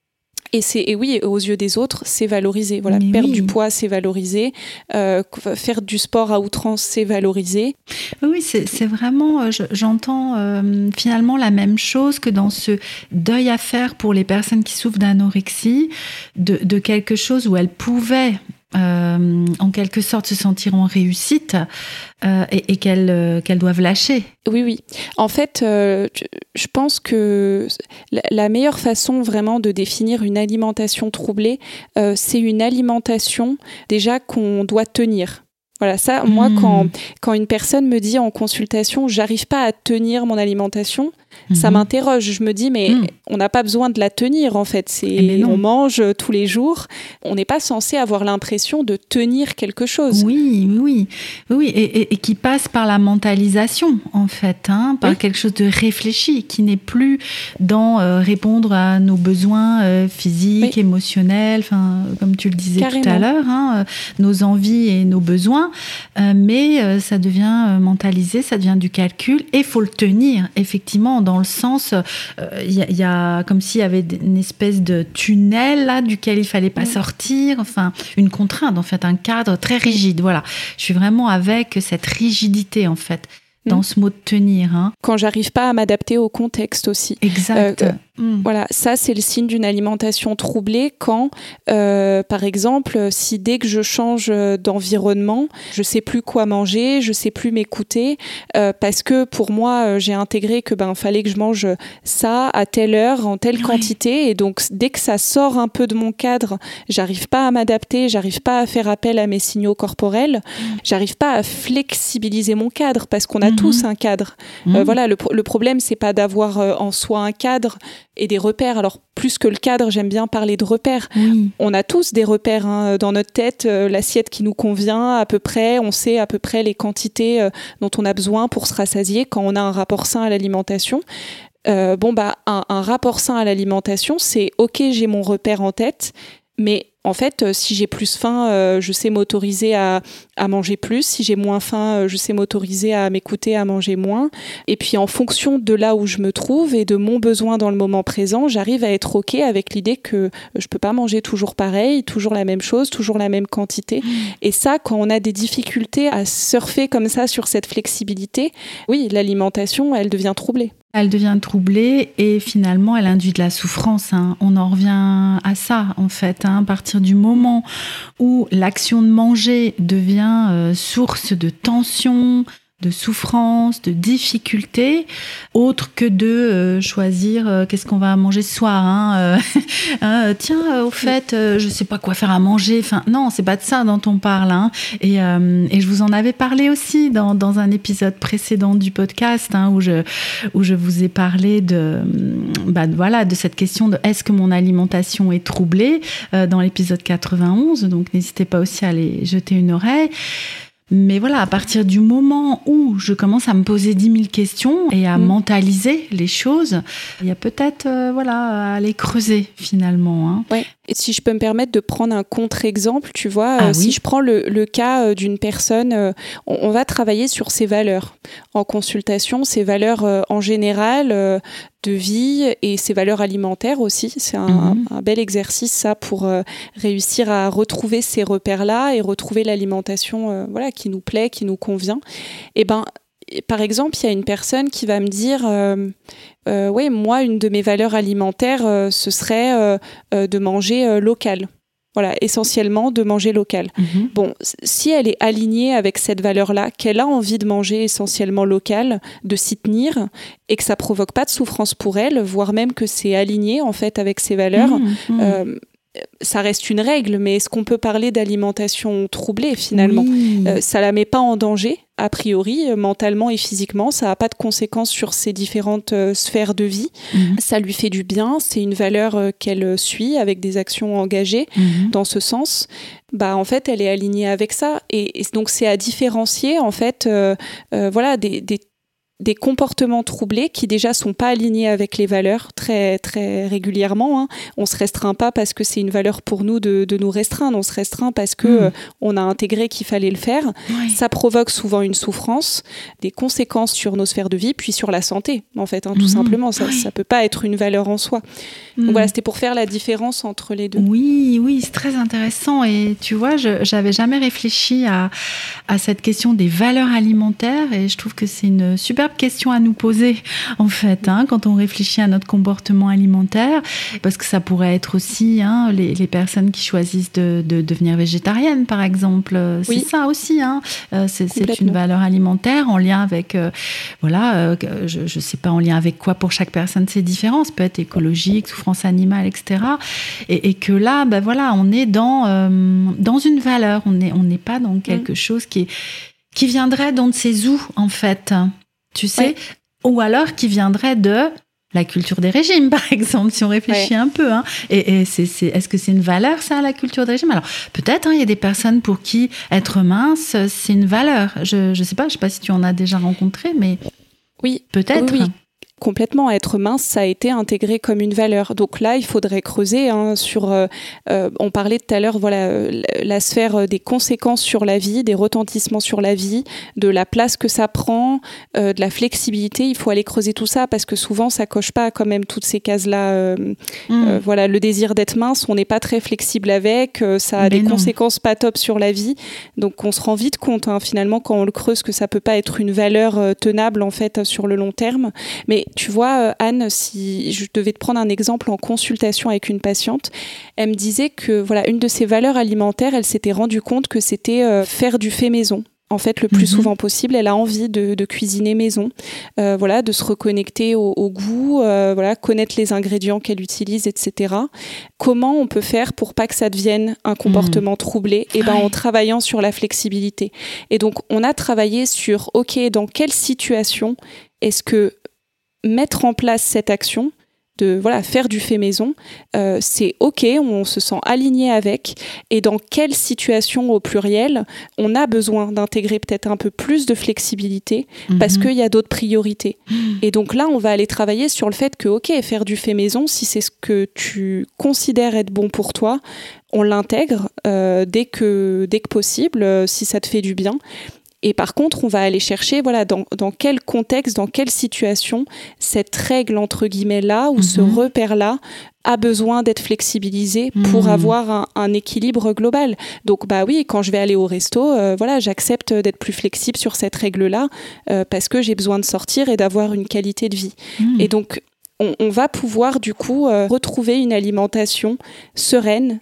Et oui, aux yeux des autres, c'est valorisé. Voilà, perdre du poids, c'est valorisé. Faire du sport à outrance, c'est valorisé. Oui, c'est vraiment, j'entends finalement la même chose que dans ce deuil à faire pour les personnes qui souffrent d'anorexie, de quelque chose où elles pouvaient en quelque sorte se sentir en réussite et qu'elles doivent lâcher. Oui. En fait, je pense que la meilleure façon vraiment de définir une alimentation troublée, c'est une alimentation déjà qu'on doit tenir. Voilà, ça, moi, quand une personne me dit en consultation, j'arrive pas à tenir mon alimentation, ça m'interroge. Je me dis, mais on n'a pas besoin de la tenir, en fait. On mange tous les jours. On n'est pas censé avoir l'impression de tenir quelque chose. Oui. Et qui passe par la mentalisation, en fait, par quelque chose de réfléchi, qui n'est plus dans répondre à nos besoins physiques, émotionnels, comme tu le disais tout à l'heure, nos envies et nos besoins. Mais ça devient mentalisé, ça devient du calcul, et il faut le tenir, effectivement, dans le sens, il y a comme s'il y avait une espèce de tunnel là, duquel il fallait pas sortir, une contrainte, en fait, un cadre très rigide. Voilà, je suis vraiment avec cette rigidité, en fait, dans ce mot de tenir. Quand j'arrive pas à m'adapter au contexte aussi. Exact. Voilà, ça c'est le signe d'une alimentation troublée quand, par exemple, si dès que je change d'environnement, je sais plus quoi manger, je sais plus m'écouter, parce que pour moi j'ai intégré que fallait que je mange ça à telle heure, en telle quantité, et donc dès que ça sort un peu de mon cadre, j'arrive pas à m'adapter, j'arrive pas à faire appel à mes signaux corporels, j'arrive pas à flexibiliser mon cadre, parce qu'on a tous un cadre. Voilà, le problème c'est pas d'avoir en soi un cadre et des repères. Alors, plus que le cadre, j'aime bien parler de repères. On a tous des repères dans notre tête, l'assiette qui nous convient à peu près, on sait à peu près les quantités dont on a besoin pour se rassasier quand on a un rapport sain à l'alimentation. Un rapport sain à l'alimentation, c'est OK, j'ai mon repère en tête, mais en fait, si j'ai plus faim, je sais m'autoriser à manger plus. Si j'ai moins faim, je sais m'autoriser à m'écouter, à manger moins. Et puis, en fonction de là où je me trouve et de mon besoin dans le moment présent, j'arrive à être OK avec l'idée que je peux pas manger toujours pareil, toujours la même chose, toujours la même quantité. Et ça, quand on a des difficultés à surfer comme ça sur cette flexibilité, oui, l'alimentation, elle devient troublée. Elle devient troublée et finalement, elle induit de la souffrance. On en revient à ça, en fait. À partir du moment où l'action de manger devient source de tension, souffrance, de difficulté, autre que de choisir qu'est-ce qu'on va manger ce soir. Tiens, au fait, je sais pas quoi faire à manger. Enfin, non, c'est pas de ça dont on parle. Et je vous en avais parlé aussi dans un épisode précédent du podcast où je vous ai parlé de cette question de est-ce que mon alimentation est troublée dans l'épisode 91. Donc, n'hésitez pas aussi à aller jeter une oreille. Mais voilà, à partir du moment où je commence à me poser 10 000 questions et à mentaliser les choses, il y a peut-être à aller creuser finalement. Ouais. Et si je peux me permettre de prendre un contre-exemple, tu vois, si je prends le cas d'une personne, on va travailler sur ses valeurs en consultation, ses valeurs en général de vie et ses valeurs alimentaires aussi. C'est un bel exercice ça pour réussir à retrouver ces repères-là et retrouver l'alimentation qui nous plaît, qui nous convient. Et par exemple, il y a une personne qui va me dire moi, une de mes valeurs alimentaires, ce serait de manger local. Voilà, essentiellement de manger local. Bon, si elle est alignée avec cette valeur-là, qu'elle a envie de manger essentiellement local, de s'y tenir, et que ça provoque pas de souffrance pour elle, voire même que c'est aligné en fait avec ses valeurs, ça reste une règle, mais est-ce qu'on peut parler d'alimentation troublée finalement ? Ça la met pas en danger, a priori, mentalement et physiquement. Ça n'a pas de conséquences sur ses différentes sphères de vie. Ça lui fait du bien. C'est une valeur qu'elle suit avec des actions engagées dans ce sens. En fait, elle est alignée avec ça. Et donc, c'est à différencier en fait, des comportements troublés qui déjà sont pas alignés avec les valeurs très, très régulièrement. On se restreint pas parce que c'est une valeur pour nous de nous restreindre. On se restreint parce que on a intégré qu'il fallait le faire. Ça provoque souvent une souffrance, des conséquences sur nos sphères de vie, puis sur la santé, en fait, tout simplement. Ça peut pas être une valeur en soi. Donc voilà, c'était pour faire la différence entre les deux. Oui, c'est très intéressant. Et tu vois, j'avais jamais réfléchi à cette question des valeurs alimentaires et je trouve que c'est une superbe question à nous poser en fait quand on réfléchit à notre comportement alimentaire, parce que ça pourrait être aussi les personnes qui choisissent de devenir végétariennes par exemple. C'est ça aussi, c'est une valeur alimentaire en lien avec je sais pas en lien avec quoi pour chaque personne, c'est différent, ça peut être écologique, souffrance animale, etc. Et que là on est dans une valeur, on n'est pas dans quelque chose qui viendrait d'on ne sait où en fait. Tu sais, ou alors qui viendrait de la culture des régimes, par exemple, si on réfléchit un peu. Et est-ce que c'est une valeur, ça, la culture des régimes ? Alors, peut-être, il y a des personnes pour qui être mince, c'est une valeur. Je sais pas si tu en as déjà rencontré, mais peut-être. Oui. Complètement, être mince, ça a été intégré comme une valeur. Donc là, il faudrait creuser sur... on parlait tout à l'heure, la sphère des conséquences sur la vie, des retentissements sur la vie, de la place que ça prend, de la flexibilité. Il faut aller creuser tout ça parce que souvent, ça coche pas quand même toutes ces cases-là. Le désir d'être mince, on n'est pas très flexible avec. Ça a des conséquences pas top sur la vie. Donc, on se rend vite compte, finalement, quand on le creuse, que ça peut pas être une valeur tenable, en fait, sur le long terme. Mais tu vois, Anne, si je devais te prendre un exemple en consultation avec une patiente, elle me disait que une de ses valeurs alimentaires, elle s'était rendue compte que c'était faire du fait maison. En fait, le plus souvent possible, elle a envie de cuisiner maison, de se reconnecter au goût, connaître les ingrédients qu'elle utilise, etc. Comment on peut faire pour pas que ça devienne un comportement troublé ? En travaillant sur la flexibilité. Et donc, on a travaillé sur, dans quelle situation est-ce que mettre en place cette action de faire du fait maison, c'est OK, on se sent aligné avec, et dans quelle situation au pluriel on a besoin d'intégrer peut-être un peu plus de flexibilité parce qu'il y a d'autres priorités. Et donc là, on va aller travailler sur le fait que OK, faire du fait maison, si c'est ce que tu considères être bon pour toi, on l'intègre dès que possible, si ça te fait du bien. Et par contre, on va aller chercher, dans quel contexte, dans quelle situation, cette règle, entre guillemets, là, ou ce repère-là, a besoin d'être flexibilisé pour avoir un équilibre global. Donc, quand je vais aller au resto, j'accepte d'être plus flexible sur cette règle-là, parce que j'ai besoin de sortir et d'avoir une qualité de vie. Et donc, on va pouvoir, du coup, retrouver une alimentation sereine,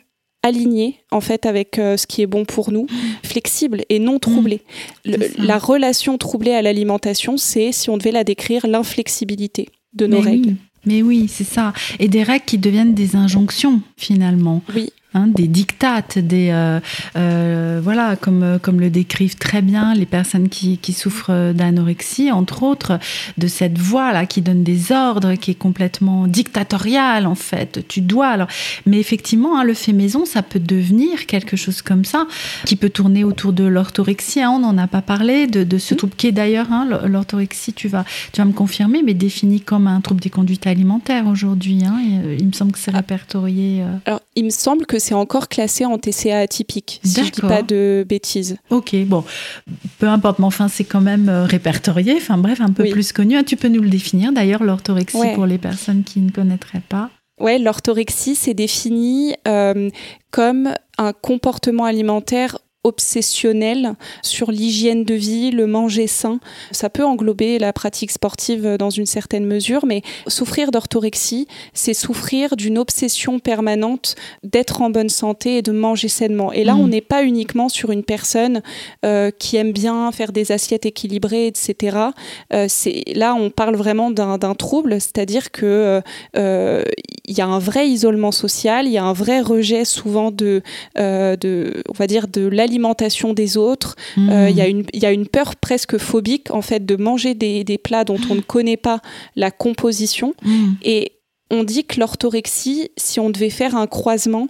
aligné en fait avec ce qui est bon pour nous, flexible et non troublé. La relation troublée à l'alimentation, c'est, si on devait la décrire, l'inflexibilité de nos règles. Oui. Mais oui, c'est ça. Et des règles qui deviennent des injonctions, finalement. Oui. Des dictates, voilà, comme le décrivent très bien les personnes qui souffrent d'anorexie, entre autres, de cette voix-là qui donne des ordres, qui est complètement dictatoriale, en fait. Tu dois. Alors, mais effectivement, le fait maison, ça peut devenir quelque chose comme ça, qui peut tourner autour de l'orthorexie. On n'en a pas parlé, de ce trouble qui est d'ailleurs, l'orthorexie, tu vas me confirmer, mais défini comme un trouble des conduites alimentaires aujourd'hui. Il me semble que c'est répertorié. Alors, il me semble que c'est encore classé en TCA atypique, si je ne dis pas de bêtises. Ok, bon, peu importe, mais enfin, c'est quand même répertorié, enfin bref, un peu plus connu. Tu peux nous le définir, d'ailleurs, l'orthorexie, pour les personnes qui ne connaîtraient pas. Oui, l'orthorexie, c'est défini comme un comportement alimentaire obsessionnel sur l'hygiène de vie, le manger sain. Ça peut englober la pratique sportive dans une certaine mesure, mais souffrir d'orthorexie, c'est souffrir d'une obsession permanente d'être en bonne santé et de manger sainement. Et là, on n'est pas uniquement sur une personne qui aime bien faire des assiettes équilibrées, etc. Là, on parle vraiment d'un trouble, c'est-à-dire que il y a un vrai isolement social, il y a un vrai rejet souvent on va dire, de l'alimentation des autres. Il y a une peur presque phobique en fait de manger des plats dont on ne connaît pas la composition. Et on dit que l'orthorexie, si on devait faire un croisement,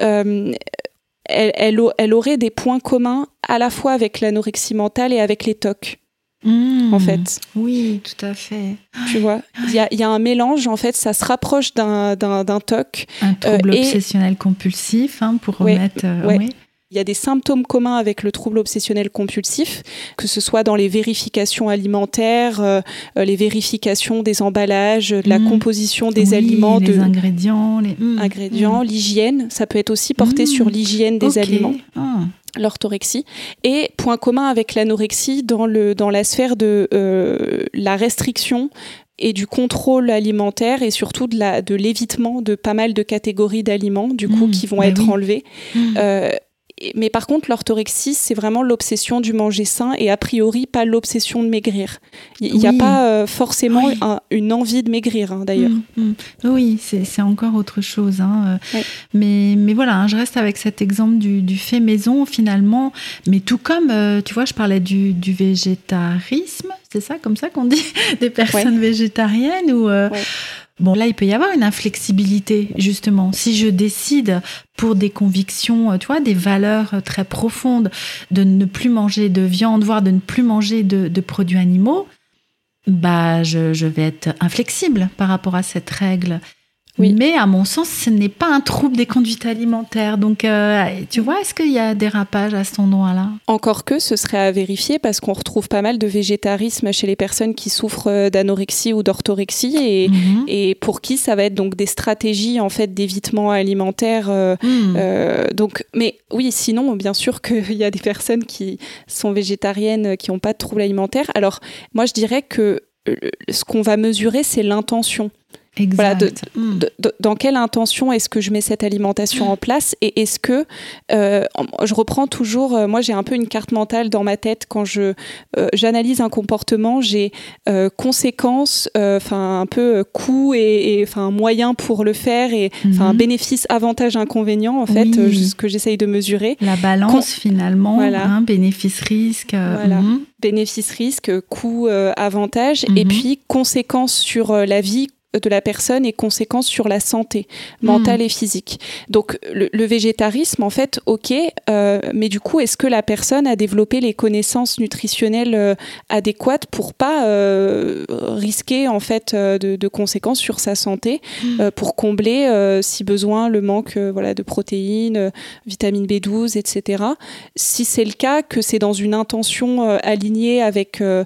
elle aurait des points communs à la fois avec l'anorexie mentale et avec les TOC. En fait. Oui, tout à fait. Tu vois, il y a un mélange, en fait, ça se rapproche d'un TOC. Un trouble obsessionnel compulsif, pour remettre... Oui. Il y a des symptômes communs avec le trouble obsessionnel compulsif, que ce soit dans les vérifications alimentaires, les vérifications des emballages, de la composition des aliments, les ingrédients, l'hygiène. Ça peut être aussi porté sur l'hygiène des aliments. L'orthorexie. Et point commun avec l'anorexie dans la sphère de la restriction et du contrôle alimentaire et surtout de l'évitement de pas mal de catégories d'aliments du coup qui vont être enlevés. Mais par contre, l'orthorexie, c'est vraiment l'obsession du manger sain et a priori pas l'obsession de maigrir. Il n'y a pas forcément une envie de maigrir, d'ailleurs. Oui, c'est encore autre chose. Mais voilà, je reste avec cet exemple du fait maison, finalement. Mais tout comme, tu vois, je parlais du végétarisme, c'est ça, comme ça qu'on dit, des personnes végétariennes ou... Bon, là, il peut y avoir une inflexibilité, justement. Si je décide, pour des convictions, tu vois, des valeurs très profondes, de ne plus manger de viande, voire de ne plus manger de produits animaux, je vais être inflexible par rapport à cette règle. Oui. Mais à mon sens, ce n'est pas un trouble des conduites alimentaires. Donc, tu vois, est-ce qu'il y a des dérapages à cet endroit-là ? Encore que ce serait à vérifier parce qu'on retrouve pas mal de végétarisme chez les personnes qui souffrent d'anorexie ou d'orthorexie et pour qui ça va être donc des stratégies en fait d'évitement alimentaire. Donc, mais oui, sinon, bien sûr qu'il y a des personnes qui sont végétariennes qui n'ont pas de trouble alimentaire. Alors, moi, je dirais que ce qu'on va mesurer, c'est l'intention. Exact. Voilà, dans quelle intention est-ce que je mets cette alimentation en place et est-ce que je reprends toujours, moi j'ai un peu une carte mentale dans ma tête quand j'analyse un comportement, j'ai conséquences, un peu coût et moyen pour le faire et bénéfice, avantage, inconvénient en fait, ce que j'essaye de mesurer. La balance finalement, bénéfice-risque. Bénéfice-risque, coût, avantage et puis conséquences sur la vie de la personne et conséquences sur la santé mentale et physique. Donc le végétarisme, en fait, mais du coup, est-ce que la personne a développé les connaissances nutritionnelles adéquates pour pas risquer en fait de conséquences sur sa santé, pour combler si besoin le manque de protéines, vitamine B12, etc. Si c'est le cas, que c'est dans une intention alignée avec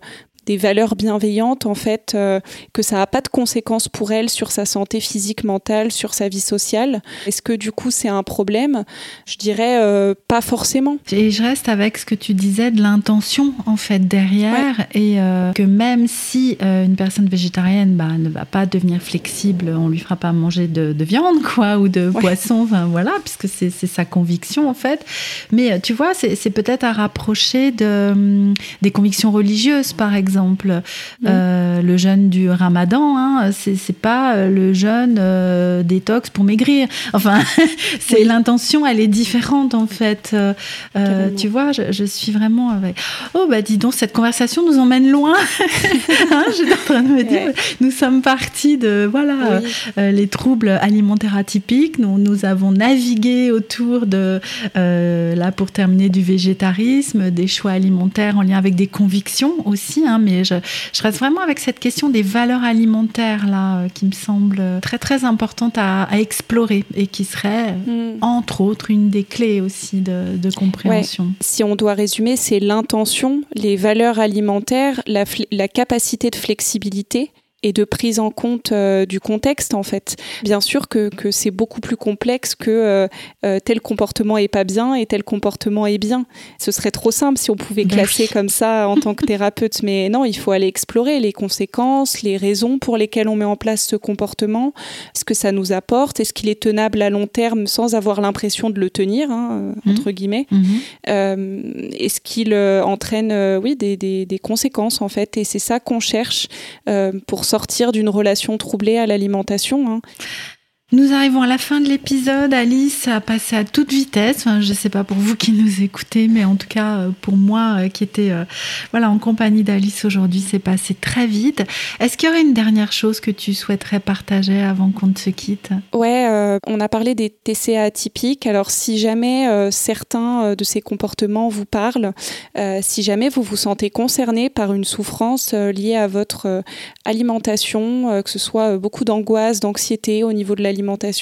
des valeurs bienveillantes, en fait, que ça n'a pas de conséquences pour elle sur sa santé physique, mentale, sur sa vie sociale. Est-ce que du coup c'est un problème ? Je dirais pas forcément. Et je reste avec ce que tu disais de l'intention en fait derrière, et que même si une personne végétarienne ne va pas devenir flexible, on lui fera pas manger de viande quoi, ou de poisson, enfin voilà, puisque c'est sa conviction en fait. Mais tu vois, c'est peut-être à rapprocher des convictions religieuses par exemple. Le jeûne du Ramadan, c'est pas le jeûne détox pour maigrir. Enfin, c'est l'intention, elle est différente en fait. Tu vois, je suis vraiment avec. Oh dis donc, cette conversation nous emmène loin. J'étais en train de me dire, nous sommes partis de les troubles alimentaires atypiques. Nous avons navigué autour de là pour terminer du végétarisme, des choix alimentaires en lien avec des convictions aussi. Mais je reste vraiment avec cette question des valeurs alimentaires là qui me semble très très importante à explorer et qui serait entre autres une des clés aussi de compréhension. Ouais. Si on doit résumer, c'est l'intention, les valeurs alimentaires, la capacité de flexibilité et de prise en compte du contexte en fait. Bien sûr que c'est beaucoup plus complexe que tel comportement est pas bien et tel comportement est bien. Ce serait trop simple si on pouvait classer comme ça en tant que thérapeute, mais non, il faut aller explorer les conséquences, les raisons pour lesquelles on met en place ce comportement, ce que ça nous apporte, est-ce qu'il est tenable à long terme sans avoir l'impression de le tenir, entre guillemets, est-ce qu'il entraîne des conséquences en fait, et c'est ça qu'on cherche pour sortir d'une relation troublée à l'alimentation. Nous arrivons à la fin de l'épisode. Alice a passé à toute vitesse. Enfin, je ne sais pas pour vous qui nous écoutez, mais en tout cas pour moi qui était en compagnie d'Alice aujourd'hui, c'est passé très vite. Est-ce qu'il y aurait une dernière chose que tu souhaiterais partager avant qu'on ne se quitte ? Ouais, on a parlé des TCA atypiques. Alors si jamais certains de ces comportements vous parlent, si jamais vous vous sentez concerné par une souffrance liée à votre alimentation, que ce soit beaucoup d'angoisse, d'anxiété au niveau de l'alimentation,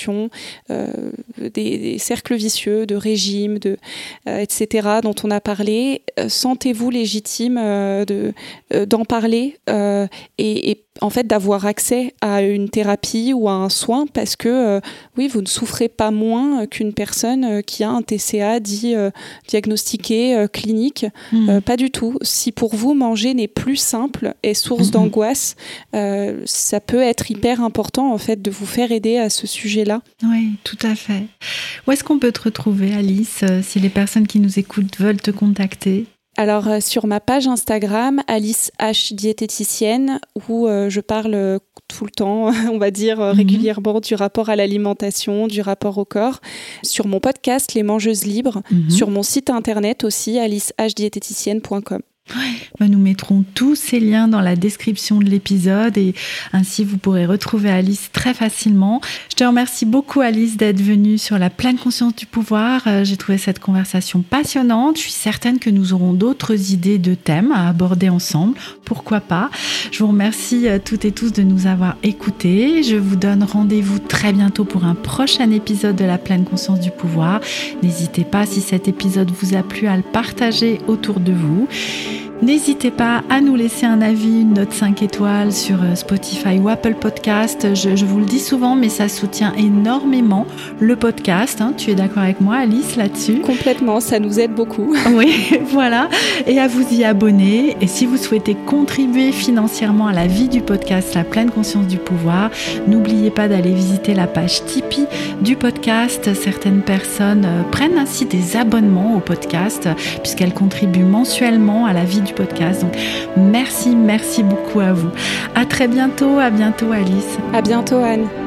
des cercles vicieux, de régime, etc., dont on a parlé, sentez-vous légitime d'en parler et en fait d'avoir accès à une thérapie ou à un soin, parce que vous ne souffrez pas moins qu'une personne qui a un TCA dit diagnostiqué, clinique. Pas du tout. Si pour vous manger n'est plus simple et source d'angoisse, ça peut être hyper important en fait de vous faire aider à ce sujet-là. Oui, tout à fait. Où est-ce qu'on peut te retrouver, Alice, si les personnes qui nous écoutent veulent te contacter ? Alors, sur ma page Instagram, Alice H diététicienne, où je parle tout le temps, on va dire régulièrement, du rapport à l'alimentation, du rapport au corps. Sur mon podcast Les Mangeuses Libres, sur mon site internet aussi, alicehdiététicienne.com. Nous mettrons tous ces liens dans la description de l'épisode et ainsi vous pourrez retrouver Alice très facilement. Je te remercie beaucoup Alice d'être venue sur la pleine conscience du pouvoir. J'ai trouvé cette conversation passionnante. Je suis certaine que nous aurons d'autres idées de thèmes à aborder ensemble. Pourquoi pas ? Je vous remercie toutes et tous de nous avoir écoutés. Je vous donne rendez-vous très bientôt pour un prochain épisode de la pleine conscience du pouvoir. N'hésitez pas, si cet épisode vous a plu, à le partager autour de vous. N'hésitez pas à nous laisser un avis, une note 5 étoiles sur Spotify ou Apple Podcast. Je vous le dis souvent, mais ça soutient énormément le podcast. Tu es d'accord avec moi, Alice, là-dessus ? Complètement, ça nous aide beaucoup. Oui, voilà. Et à vous y abonner. Et si vous souhaitez contribuer financièrement à la vie du podcast La Pleine Conscience du Pouvoir, n'oubliez pas d'aller visiter la page Tipeee du podcast. Certaines personnes prennent ainsi des abonnements au podcast puisqu'elles contribuent mensuellement à la vie du podcast. Donc merci beaucoup à vous. À très bientôt, Alice. À bientôt, Anne.